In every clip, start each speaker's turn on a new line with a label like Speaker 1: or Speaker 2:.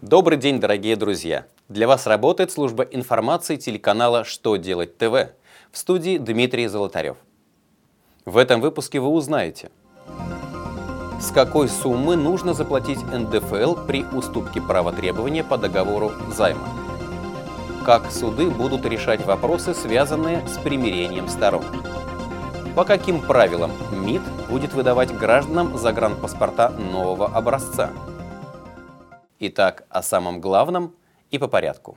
Speaker 1: Добрый день, дорогие друзья! Для вас работает служба информации телеканала «Что делать ТВ». В студии Дмитрий Золотарев. В этом выпуске вы узнаете, с какой суммы нужно заплатить НДФЛ при уступке права требования по договору займа, как суды будут решать вопросы, связанные с примирением сторон, по каким правилам МИД будет выдавать гражданам загранпаспорта нового образца. Итак, о самом главном и по порядку.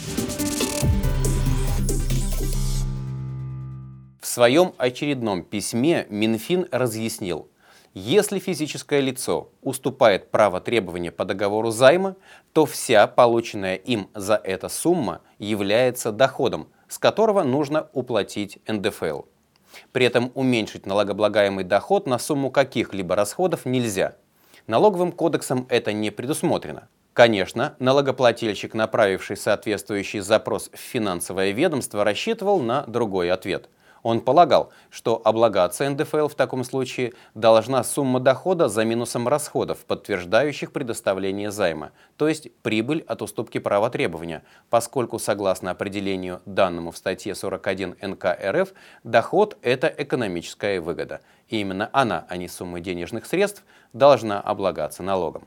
Speaker 1: В своем очередном письме Минфин разъяснил, если физическое лицо уступает право требования по договору займа, то вся полученная им за это сумма является доходом, с которого нужно уплатить НДФЛ. При этом уменьшить налогооблагаемый доход на сумму каких-либо расходов нельзя. Налоговым кодексом это не предусмотрено. Конечно, налогоплательщик, направивший соответствующий запрос в финансовое ведомство, рассчитывал на другой ответ. Он полагал, что облагаться НДФЛ в таком случае должна сумма дохода за минусом расходов, подтверждающих предоставление займа, то есть прибыль от уступки права требования, поскольку, согласно определению данному в статье 41 НК РФ, доход – это экономическая выгода. И именно она, а не сумма денежных средств, должна облагаться налогом.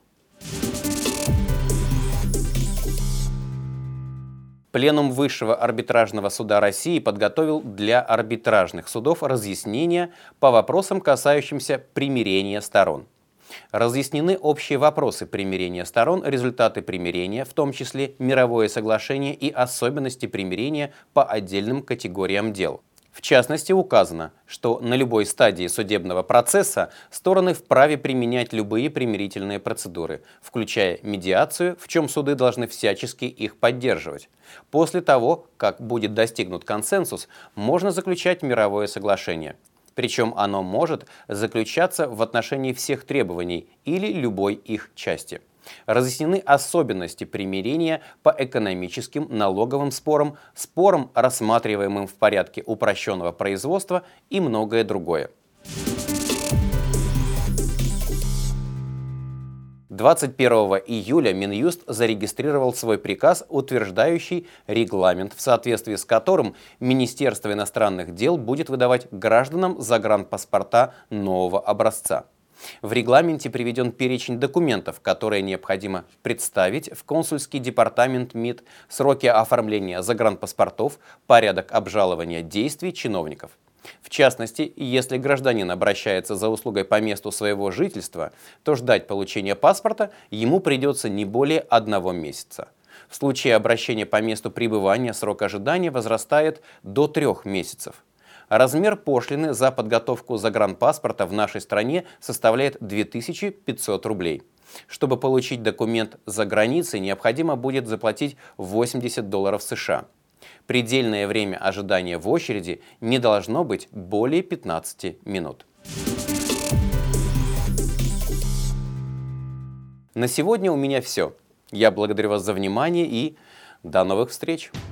Speaker 1: Пленум Высшего арбитражного суда России подготовил для арбитражных судов разъяснения по вопросам, касающимся примирения сторон. Разъяснены общие вопросы примирения сторон, результаты примирения, в том числе мировое соглашение и особенности примирения по отдельным категориям дел. В частности, указано, что на любой стадии судебного процесса стороны вправе применять любые примирительные процедуры, включая медиацию, в чем суды должны всячески их поддерживать. После того, как будет достигнут консенсус, можно заключать мировое соглашение. Причем оно может заключаться в отношении всех требований или любой их части. Разъяснены особенности примирения по экономическим, налоговым спорам, спорам, рассматриваемым в порядке упрощенного производства и многое другое. 21 июля Минюст зарегистрировал свой приказ, утверждающий регламент, в соответствии с которым Министерство иностранных дел будет выдавать гражданам загранпаспорта нового образца. В регламенте приведен перечень документов, которые необходимо представить в консульский департамент МИД, сроки оформления загранпаспортов, порядок обжалования действий чиновников. В частности, если гражданин обращается за услугой по месту своего жительства, то ждать получения паспорта ему придется не более 1 месяца. В случае обращения по месту пребывания срок ожидания возрастает до 3 месяцев. Размер пошлины за подготовку загранпаспорта в нашей стране составляет 2500 рублей. Чтобы получить документ за границей, необходимо будет заплатить $80 США. Предельное время ожидания в очереди не должно быть более 15 минут. На сегодня у меня все. Я благодарю вас за внимание и до новых встреч!